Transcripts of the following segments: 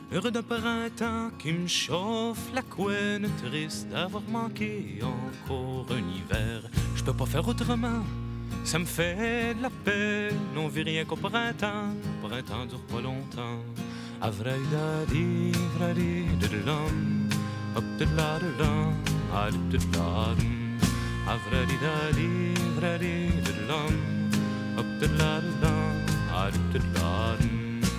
Heureux d'un printemps qui me chauffe la couenne, triste d'avoir manqué encore un hiver. Je peux pas faire autrement, ça me fait de la peine. On vit rien qu'au printemps, printemps dure pas longtemps. Avradi, vradi, diddlum, up diddladum, adiddladum. Avradi, vradi, diddlum, up diddladum, adiddladum.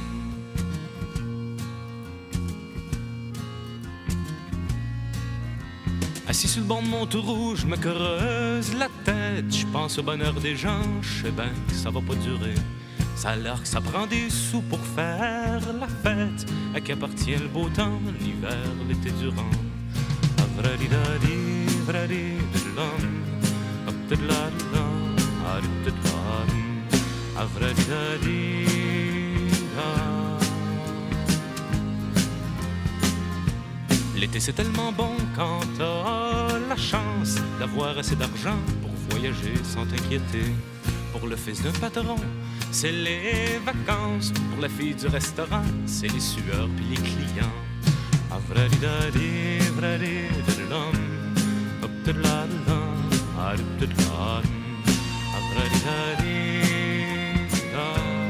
Assis sur le banc de mon taureau, je me creuse la tête. Je pense au bonheur des gens, je sais bien que ça va pas durer. Ça a l'air que ça prend des sous pour faire la fête. À qui appartient le beau temps, l'hiver, l'été durant. Avradi-dadi, vradi-diddlum, up-diddladum, adiddladum. Avradi-dadi-da. L'été c'est tellement bon quand t'as la chance d'avoir assez d'argent pour voyager sans t'inquiéter. Pour le fils d'un patron, c'est les vacances. Pour la fille du restaurant, c'est les sueurs puis les clients. Avradi-dadi, vradi-diddlum, up-diddladum, adiddladum. Avradi-dadi-da.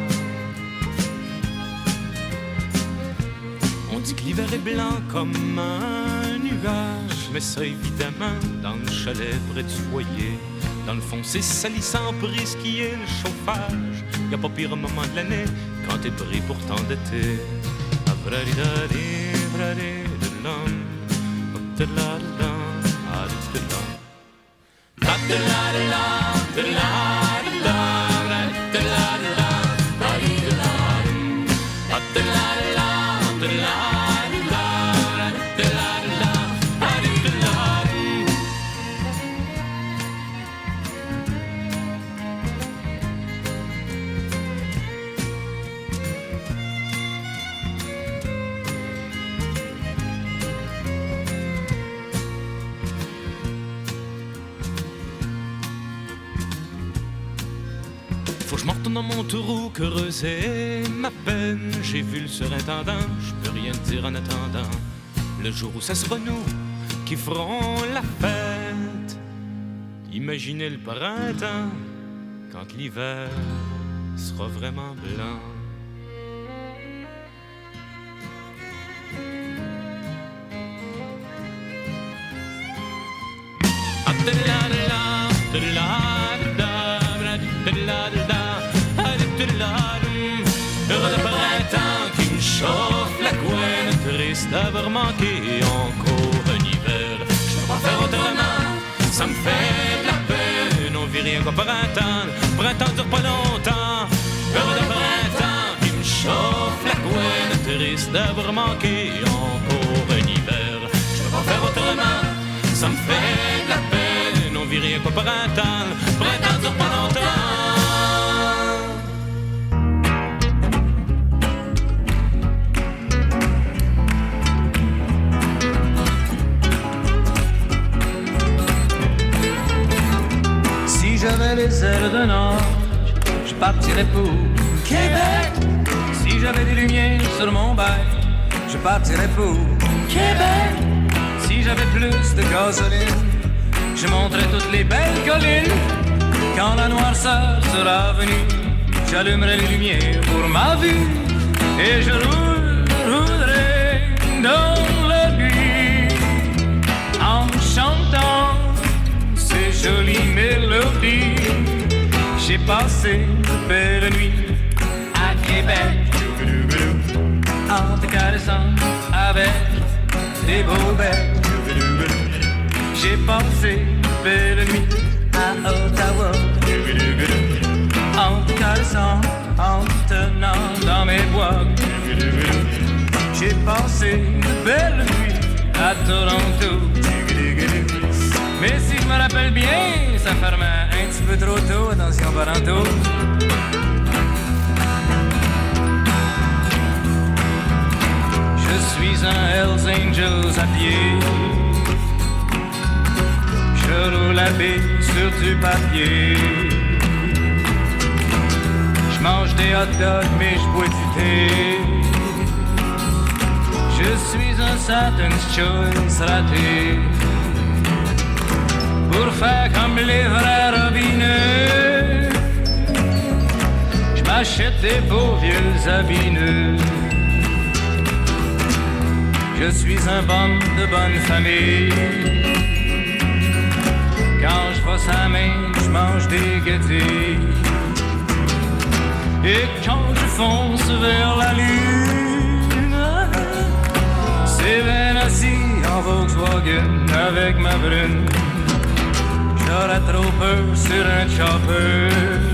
On dit que l'hiver est blanc comme un nuage, mais ça évidemment dans le chalet près du foyer. Dans le fond c'est salissant pour risquer le chauffage. Y'a pas pire moment de l'année quand t'es pris pour t'endetter. Avradi-dadi, vradi-diddlum, up-diddladum, adiddladum. Up-diddladum, diddladum, adiddladum, adiddladum. Up-diddladum, diddladum. Faut que je m'en retourne dans mon taureau, creuser ma peine. J'ai vu le surintendant, je peux rien te dire en attendant. Le jour où ça sera nous qui ferons la fête. Imaginez le printemps quand l'hiver sera vraiment blanc. Heureux de printemps qui me chauffe la couenne, triste d'avoir manqué encore un hiver. Je peux pas faire autrement, ça me fait de la peine. On vit rien qu'au printemps, printemps dure pas longtemps. Heureux de printemps qui me chauffe la couenne, triste d'avoir manqué encore un hiver. Je peux pas faire autrement, ça me fait de la peine. On vit rien qu'au printemps, printemps dure pas longtemps. J'avais les ailes d'un ange, je partirais pour Québec. Si j'avais des lumières sur mon bail, je partirais pour Québec. Si j'avais plus de gasoline, je monterais toutes les belles collines. Quand la noirceur sera venue, j'allumerai les lumières pour ma vue. Et je roulerai dans la nuit en chantant ces jolies mélodies. J'ai passé de belles nuits à Québec en te caressant avec des beaux becs. J'ai passé de belles nuits à Ottawa en te caressant, en te tenant dans mes bois. J'ai passé de belles nuits à Toronto. Mais si je me rappelle bien, ça fermait un petit peu trop tôt, attention parentaux. Je suis un Hells Angels à pied. Je roule la bille sur du papier. Je mange des hot dogs mais je bois du thé. Je suis un Satan's Choice raté. Pour faire comme les vrais robineux, je m'achète des beaux vieux habits neufs. Je suis un bon de bonne famille. Quand je vois sa main, je mange des gâteaux. Et quand je fonce vers la lune, c'est bien assis en Volkswagen avec ma brune. J'aurais trop peur sur un chopper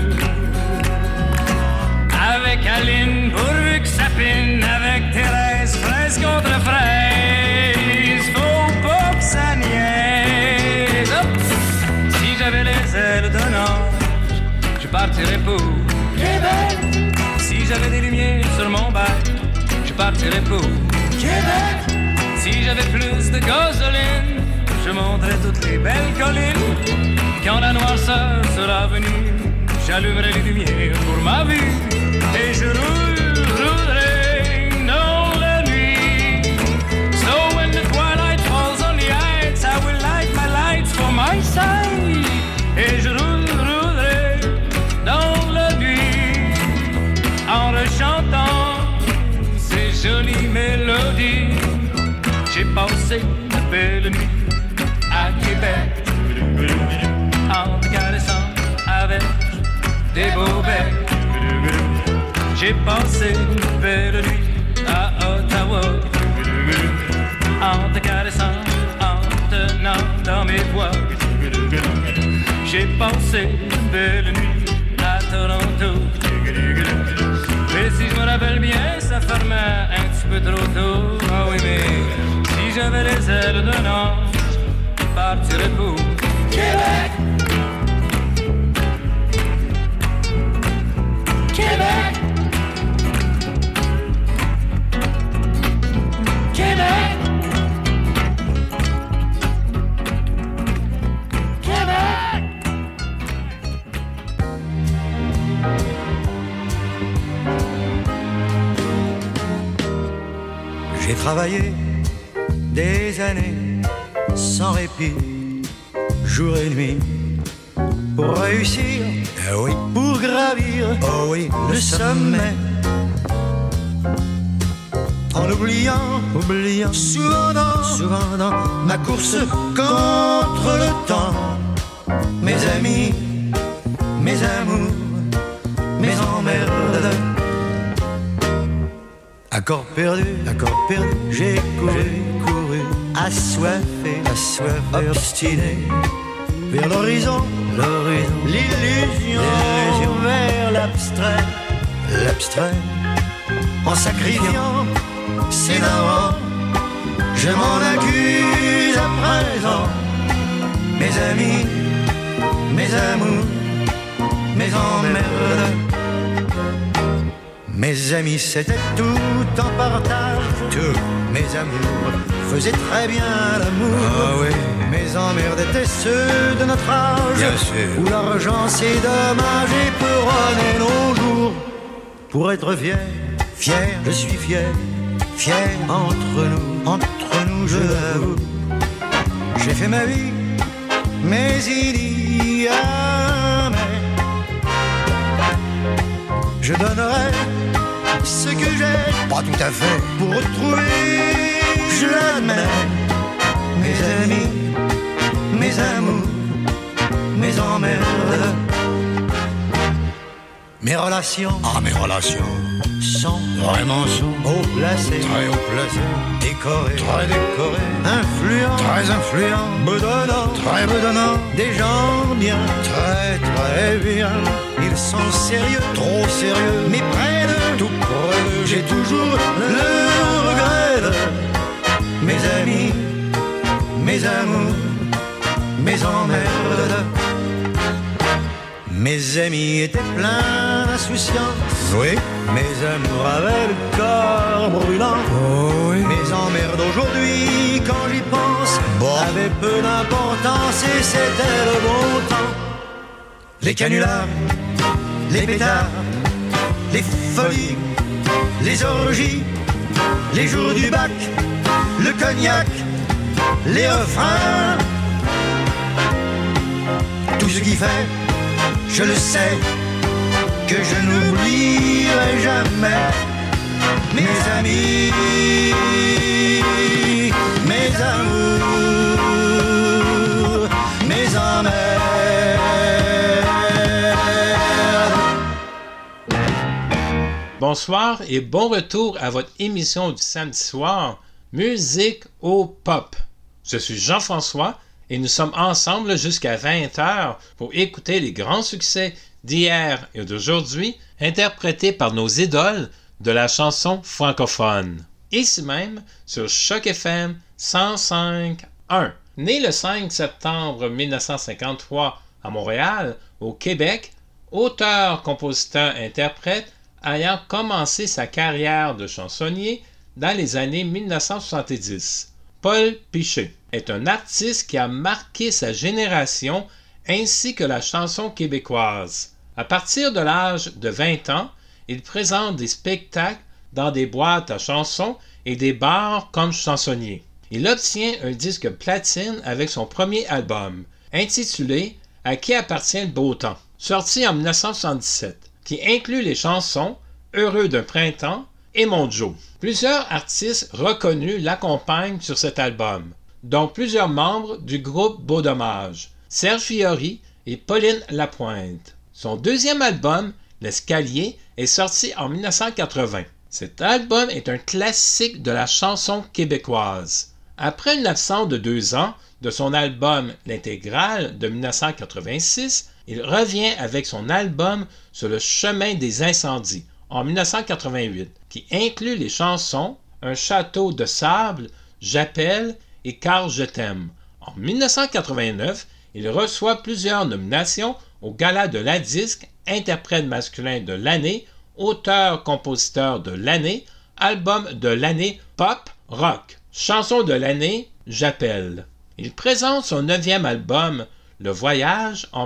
avec Aline, pourvu que ça pine. Avec Thérèse, fraise contre fraise, faut pas que ça niaise. Si j'avais les ailes d'un ange, je partirais pour Québec. Si j'avais des lumières sur mon bac, je partirais pour Québec. Si j'avais plus de gasoline, je monterais toutes les belles collines. Quand la noirceur sera venue, j'allumerai les lumières pour ma vue. Et je roulerai dans la nuit. So when the twilight falls on the heights, I will light my lights for my side. Et je roulerai dans la nuit en rechantant ces jolies mélodies. J'ai passé de belles nuits à Québec en te caressant avec des beaux becs. J'ai passé une belle nuit à Ottawa en te caressant, en te tenant dans mes bois. J'ai passé une belle nuit à Toronto. Mais si je me rappelle bien, ça fermait un petit peu trop tôt. Ah oui, mais si j'avais les ailes d'un ange, je partirais pour Québec. Québec. Québec. Québec. J'ai travaillé des années sans répit, jour et nuit, pour réussir, oui, pour gravir, oh oui, le sommet. En oubliant souvent dans ma course contre le temps, mes amis, mes amours, mes emmerdes. Accord perdu, j'ai couru, assoiffé, obstiné, vers l'horizon, l'illusion, vers l'abstrait, en sacrifiant ses darons, je m'en accuse à présent. Mes amis, mes amours, mes emmerdes. Mes amis, c'était tout en partage. Tout. Mes amours faisaient très bien l'amour. Ah oui. Mes emmerdes étaient ceux de notre âge. Bien sûr. Où l'argent c'est dommage et peuronnait nos jours. Pour être fier, je suis fier entre nous, je l'avoue. J'ai fait ma vie, mais il y a je donnerai ce que j'ai, pas tout à fait, pour retrouver, je l'admets, mes amis, mes amours, mes emmerdes. Mes relations sont vraiment haut placées, très haut placées, décorées, très décorées, influents, très influents, bedonnants, très bedonnants, des gens bien, très très bien. Ils sont sérieux, trop sérieux, mais près de tout près d'eux, j'ai toujours le regret de mes amis, mes amours, mes emmerdes. Mes amis étaient pleins d'insouciance, oui. Mes amours avaient le corps brûlant, oh oui. Mes emmerdes aujourd'hui, quand j'y pense, avaient peu d'importance et c'était le bon temps. Les canulars, les pétards, les folies, les orgies, les jours du bac, le cognac, les refrains. Tout ce qui fait, je le sais, que je n'oublierai jamais mes amis, mes amours, mes emmerdes. Bonsoir et bon retour à votre émission du samedi soir, Musique au Pop. Je suis Jean-François et nous sommes ensemble jusqu'à 20h pour écouter les grands succès d'hier et d'aujourd'hui interprétés par nos idoles de la chanson francophone. Ici même sur Choc FM 105.1. Né le 5 septembre 1953 à Montréal, au Québec, auteur, compositeur, interprète, ayant commencé sa carrière de chansonnier dans les années 1970. Paul Piché est un artiste qui a marqué sa génération ainsi que la chanson québécoise. À partir de l'âge de 20 ans, il présente des spectacles dans des boîtes à chansons et des bars comme chansonnier. Il obtient un disque platine avec son premier album, intitulé « À qui appartient le beau temps », sorti en 1977. Qui inclut les chansons « Heureux d'un printemps » et « Mon Joe ». Plusieurs artistes reconnus l'accompagnent sur cet album, dont plusieurs membres du groupe Beau Dommage, Serge Fiori et Pauline Lapointe. Son deuxième album, L'Escalier, est sorti en 1980. Cet album est un classique de la chanson québécoise. Après une absence de 2 ans de son album L'Intégrale de 1986, il revient avec son album Sur le chemin des incendies en 1988, qui inclut les chansons Un château de sable, J'appelle et Car je t'aime. En 1989, il reçoit plusieurs nominations au Gala de la Disque, interprète masculin de l'année, auteur-compositeur de l'année, album de l'année pop rock, chanson de l'année J'appelle. Il présente son 9e album Le Voyage en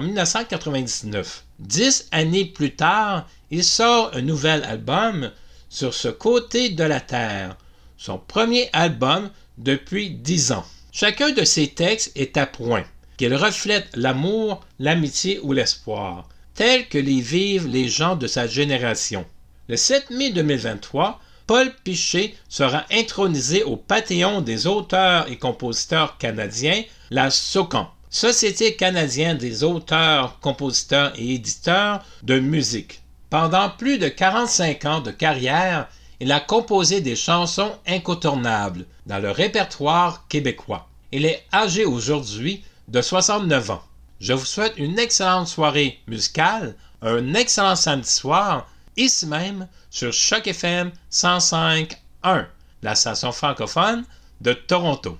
1999. 10 années plus tard, il sort un nouvel album Sur ce côté de la Terre, son premier album depuis 10 ans. Chacun de ses textes est à point, qu'il reflète l'amour, l'amitié ou l'espoir, tels que les vivent les gens de sa génération. Le 7 mai 2023, Paul Piché sera intronisé au Panthéon des auteurs et compositeurs canadiens, la SOCAN, Société canadienne des auteurs, compositeurs et éditeurs de musique. Pendant plus de 45 ans de carrière, il a composé des chansons incontournables dans le répertoire québécois. Il est âgé aujourd'hui de 69 ans. Je vous souhaite une excellente soirée musicale, un excellent samedi soir, ici même sur Choc FM 105.1, la station francophone de Toronto.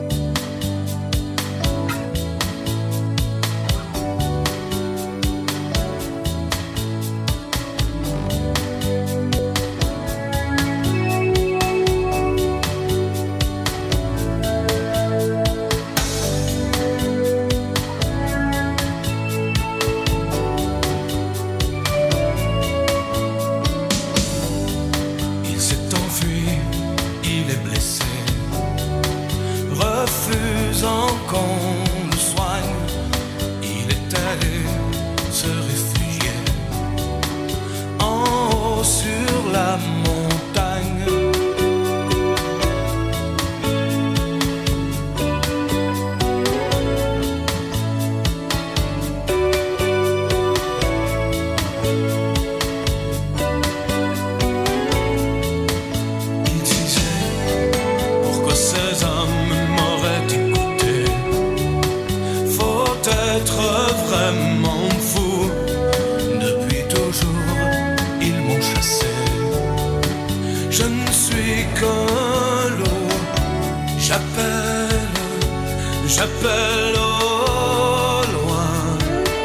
J'appelle au loin,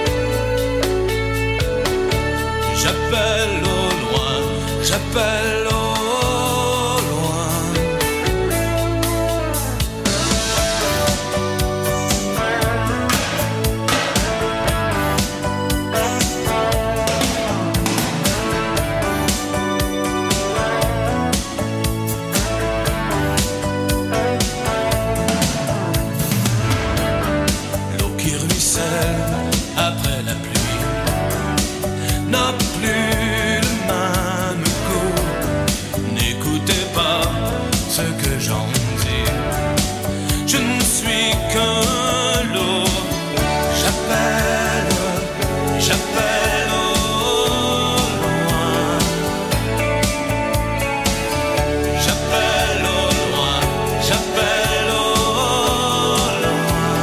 j'appelle au loin, j'appelle au loin. n'a plus le même goût. N'écoutez pas ce que j'en dis. Je ne suis qu'un lot. J'appelle au loin. J'appelle au loin. J'appelle au loin.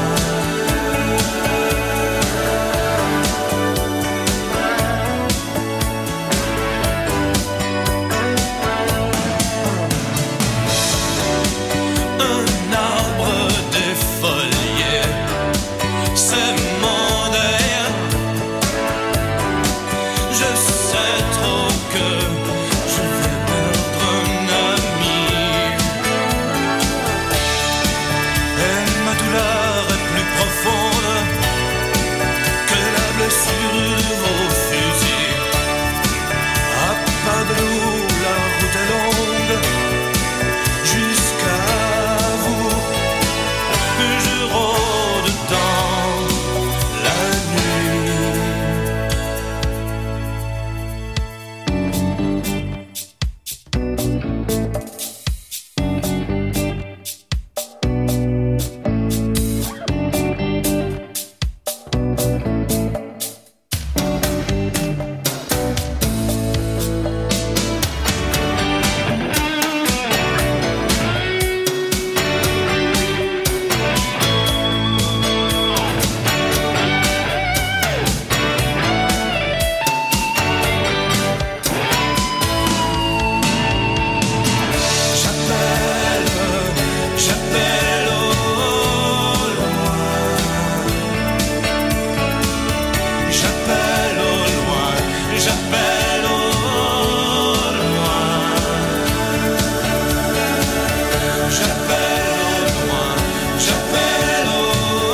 Un arbre défolié, c'est mon délire. Je sais trop que je vais perdre un ami. Et ma douleur est plus profonde que la blessure de vos fusils. À pas de loup, la route est longue jusqu'à vous. Je rôde dans la nuit. J'appelle au loin. J'appelle au loin. J'appelle au loin. J'appelle au loin. J'appelle au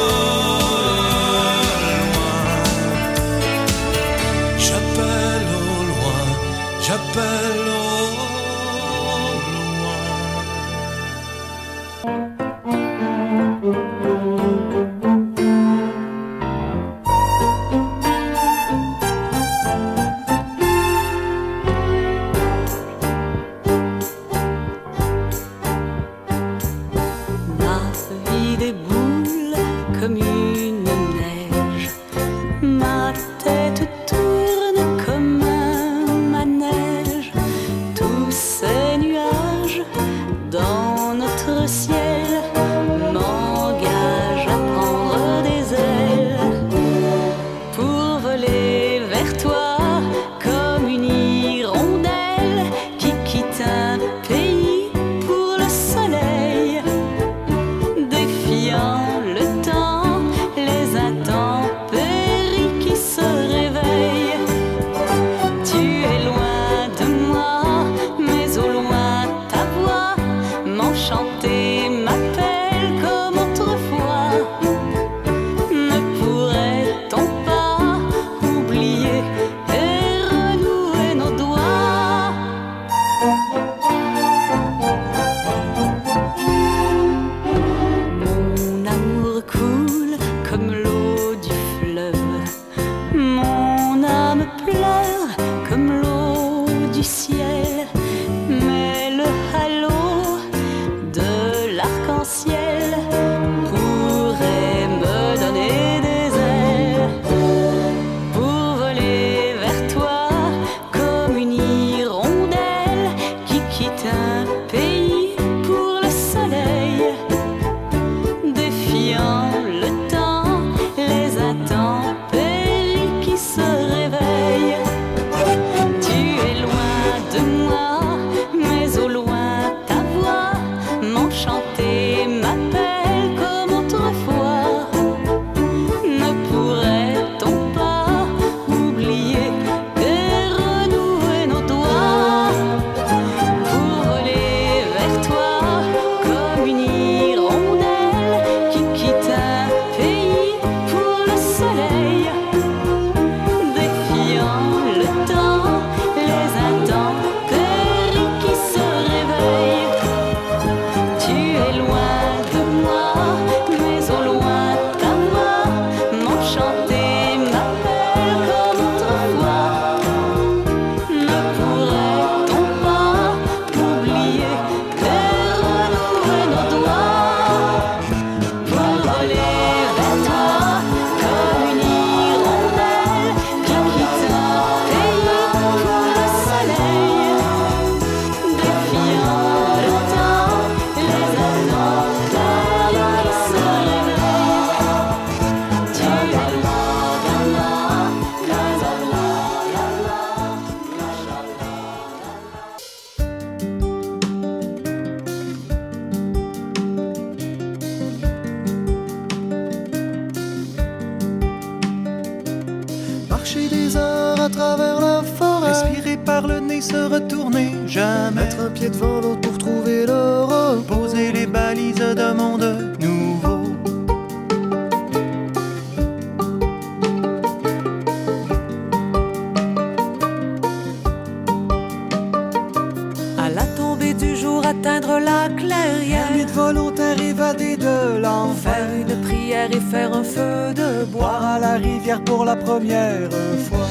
loin. J'appelle au loin. J'appelle au loin. Ma vie déboule comme une neige, ma tête tourne comme un manège. Tous ces nuages dans notre ciel m'engagent à prendre des ailes pour voler vers toi comme une hirondelle qui quitte un pays pour le soleil, défiant le temps, les intempéries qui se réveillent. Tu es loin de moi, mais au loin ta voix m'enchantée m'appelle comme autrefois. Ne pourrait-on pas oublier à travers la forêt. Respirer par le nez, se retourner jamais. Mettre un pied devant l'autre pour trouver le repos. Poser les balises d'un monde nouveau. À la tombée du jour, atteindre la clairière. Ermite volontaire évadé de l'enfer. Faire une prière et faire un feu de bois. Boire à la rivière pour la première fois.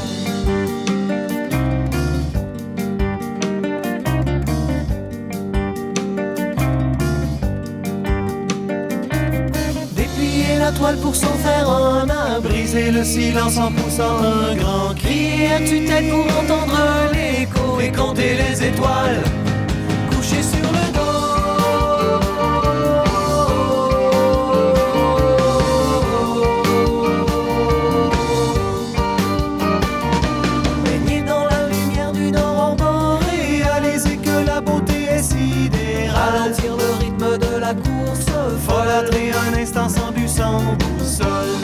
Déplier la toile pour s'en faire un abri. Briser le silence en poussant un grand cri. À tue-tête pour entendre l'écho et compter les étoiles. Couché sur le dos. Baigné dans la lumière d'une aurore boréale. Réaliser que la beauté est sidérale. Ralentir le rythme de la course folle. Folâtrer un instant sans but, sans boussole.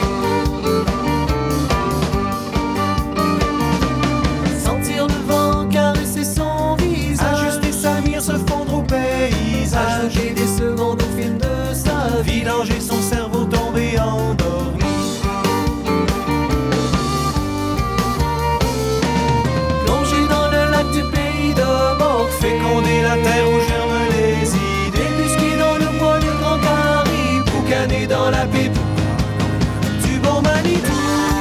Sentir le vent caresser son visage. Ajuster sa mire, se fondre au paysage. Ajouter des secondes au film de sa vie. Vidanger son cerveau tombé endormi. Plonger dans le lac du pays de Morphée. Féconder la terre où germent les idées. Débusquer dans le bois du grand Caribe. Boucaner dans la pipe du bon Manitou.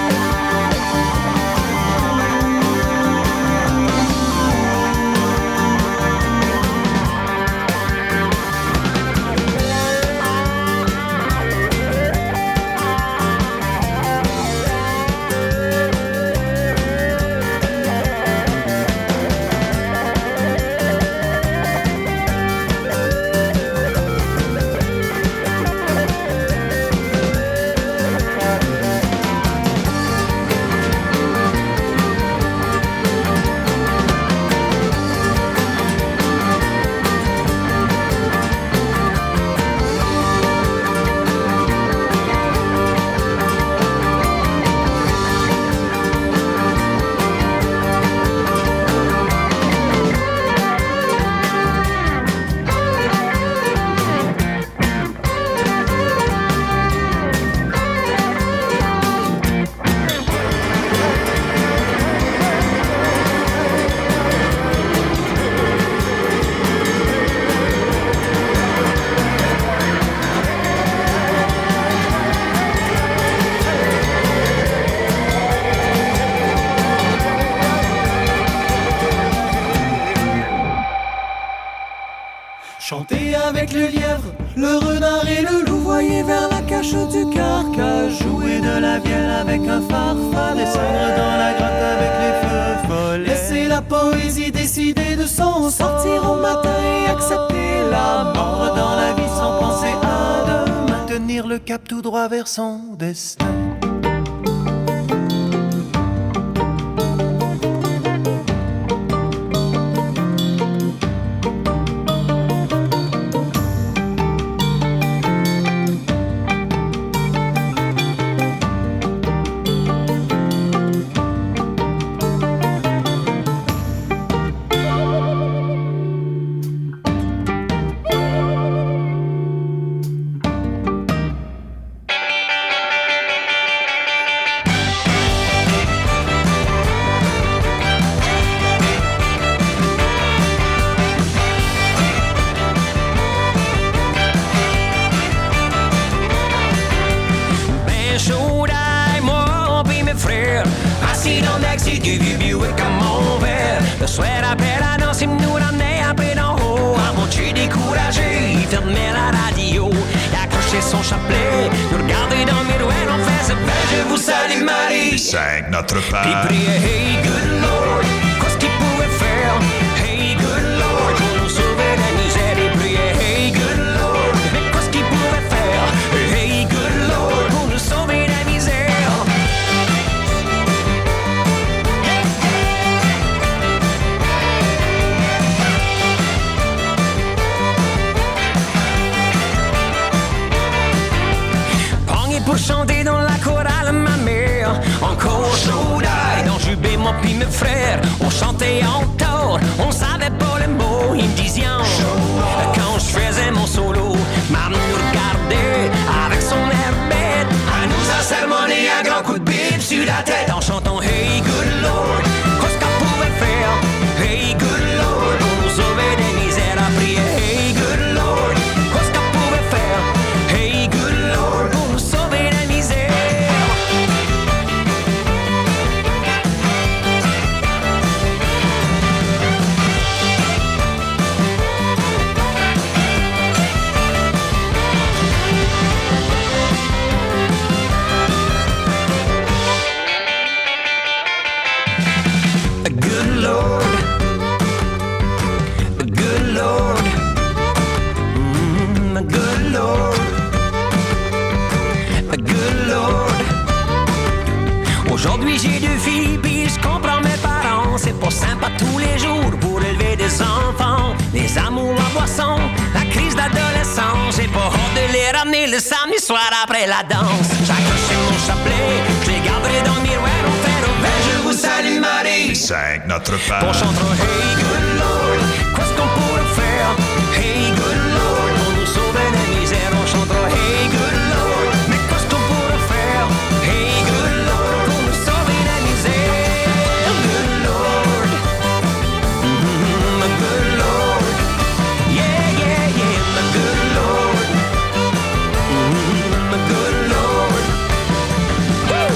Chanter avec le lièvre, le renard et le loup. Voyez vers la cache du carcage. Jouer de la vielle avec un farfalle. Descendre dans la grotte avec les feux follets. Laisser la poésie décider de son Sortir au matin et accepter la mort. Dans la vie sans penser à demain. Tenir le cap tout droit vers son destin. Son chapelet, nous regarder dans le miroir, on fait ce bel, je vous salue Marie. 5 Notre Père. Puis prier, hey good Lord, qu'est-ce qu'il pouvait faire? Hey good Lord, pour nous sauver de la misère. Et prier, hey good Lord, mais qu'est-ce qu'il pouvait faire? Hey good Lord, pour nous sauver de la misère. Pour chanter dans la chorale, ma mère. Encore chaud d'ail dans jubé, frères, on chantait en tort, on savait pas le mot, ils me disaient quand je faisais mon solo, maman nous regardait avec son air bête, elle nous a sermonné un grand coup de bip sur la tête en chantant Hey good Lord, qu'est-ce qu'on pouvait faire? Hey good Lord, pour nous sauver des misères à prier. Hey good Lord, qu'est-ce qu'on pouvait faire? Hey good Lord, pour nous sauver des misères. Aujourd'hui j'ai 2 filles, puis je comprends mes parents. C'est pas sympa tous les jours pour élever des enfants. Les amours en boisson, la crise d'adolescence. J'ai pas hâte de les ramener le samedi soir après la danse. J'accroche mon chapelet, je les garderai dans le miroir au fer au vert. Je vous salue Marie, 5 notre part. on chantera Hey good Lord, qu'est-ce qu'on pourrait faire? Hey good Lord, pour nous sauver des misères. On chantera Hey good Lord, mais qu'est-ce qu'on pourrait faire? Hey good Lord, pour nous sauver des misères. Good Lord, my good Lord, yeah yeah yeah, my good Lord, my good Lord. Woo!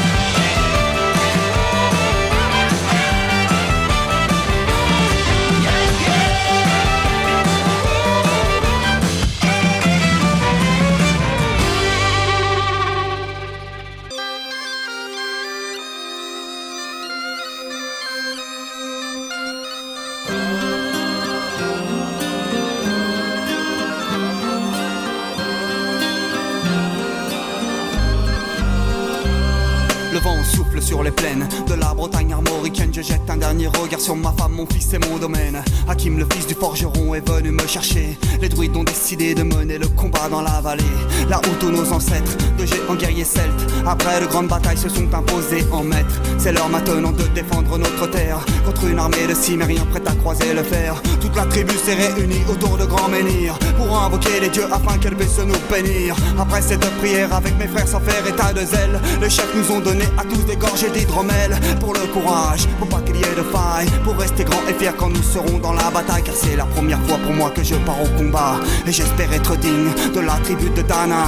Le vent souffle sur les plaines de la Bretagne armoricaine. Je jette un dernier regard sur ma femme, mon fils et mon domaine. Hakim, le fils du forgeron, est venu me chercher. Les druides ont décidé de mener le combat dans la vallée, là où tous nos ancêtres, de géants guerriers celtes, après de grandes batailles se sont imposés en maîtres. C'est l'heure maintenant de défendre notre terre contre une armée de cimériens prête à croiser le fer. Toute la tribu s'est réunie autour de grands menhirs pour invoquer les dieux afin qu'elle puisse nous bénir. Après cette prière avec mes frères sans faire état de zèle, les chefs nous ont donné à tous des gorgées d'hydromel. Pour le courage, pour pas qu'il y ait de faille, pour rester grand et fier quand nous serons dans la bataille. Car c'est la première fois pour moi que je pars au combat, et j'espère être digne de la tribu de Dana.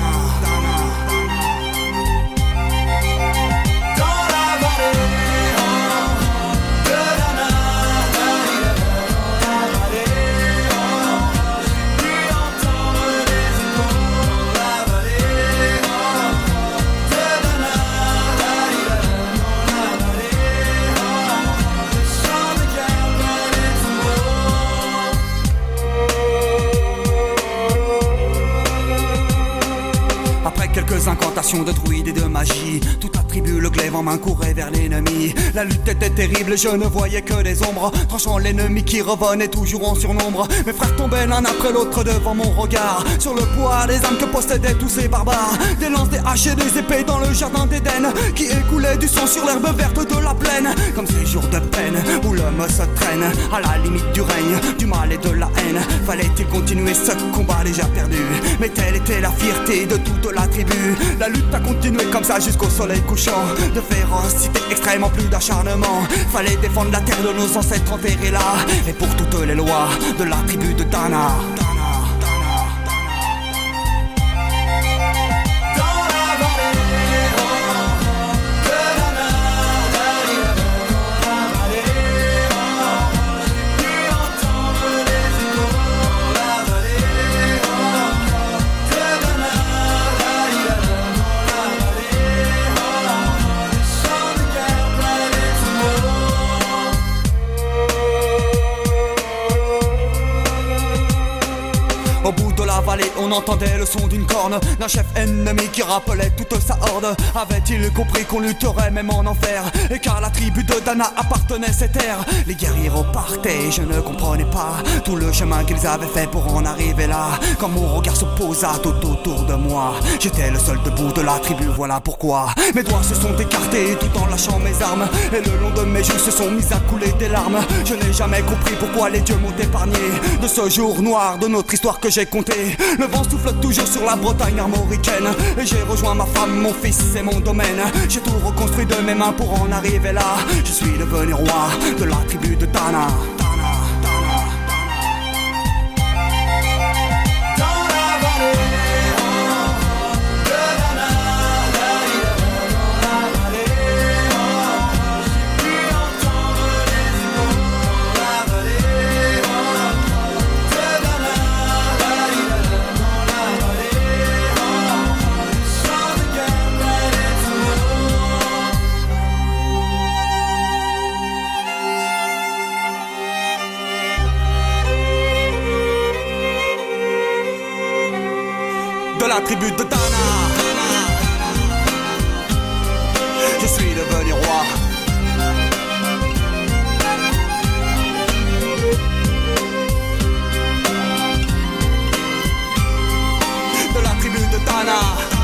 Quelques incantations de druides et de magie, toute la tribu, le glaive en main, courait vers l'ennemi. La lutte était terrible, je ne voyais que des ombres, tranchant l'ennemi qui revenait toujours en surnombre. Mes frères tombaient l'un après l'autre devant mon regard, sur le poids des âmes que possédaient tous ces barbares. Des lances, des haches et des épées dans le jardin d'Éden, qui écoulait du sang sur l'herbe verte de la plaine. Comme ces jours de peine où l'homme se traîne à la limite du règne, du mal et de la haine. Fallait-il continuer ce combat déjà perdu? Mais telle était la fierté de toute la tribu. La lutte a continué comme ça jusqu'au soleil couchant. De férocité extrême en plus d'acharnement. Fallait défendre la terre de nos ancêtres enterrés là, et pour toutes les lois de la tribu de Dana. on entendait le son d'une corne d'un chef ennemi qui rappelait toute sa horde. Avait-il compris qu'on lutterait même en enfer, et qu'à la tribu de Dana appartenait cette terre? Les guerriers repartaient, je ne comprenais pas tout le chemin qu'ils avaient fait pour en arriver là. Quand mon regard se posa tout autour de moi, j'étais le seul debout de la tribu, voilà pourquoi mes doigts se sont écartés tout en lâchant mes armes, et le long de mes joues se sont mis à couler des larmes. Je n'ai jamais compris pourquoi les dieux m'ont épargné de ce jour noir de notre histoire que j'ai compté. Le vent souffle toujours sur la Bretagne armoricaine, et j'ai rejoint ma femme, mon fils et mon domaine. J'ai tout reconstruit de mes mains pour en arriver là. Je suis devenu roi de la tribu de Dana. De la tribu de Dana, je suis devenu roi. De la tribu de Dana.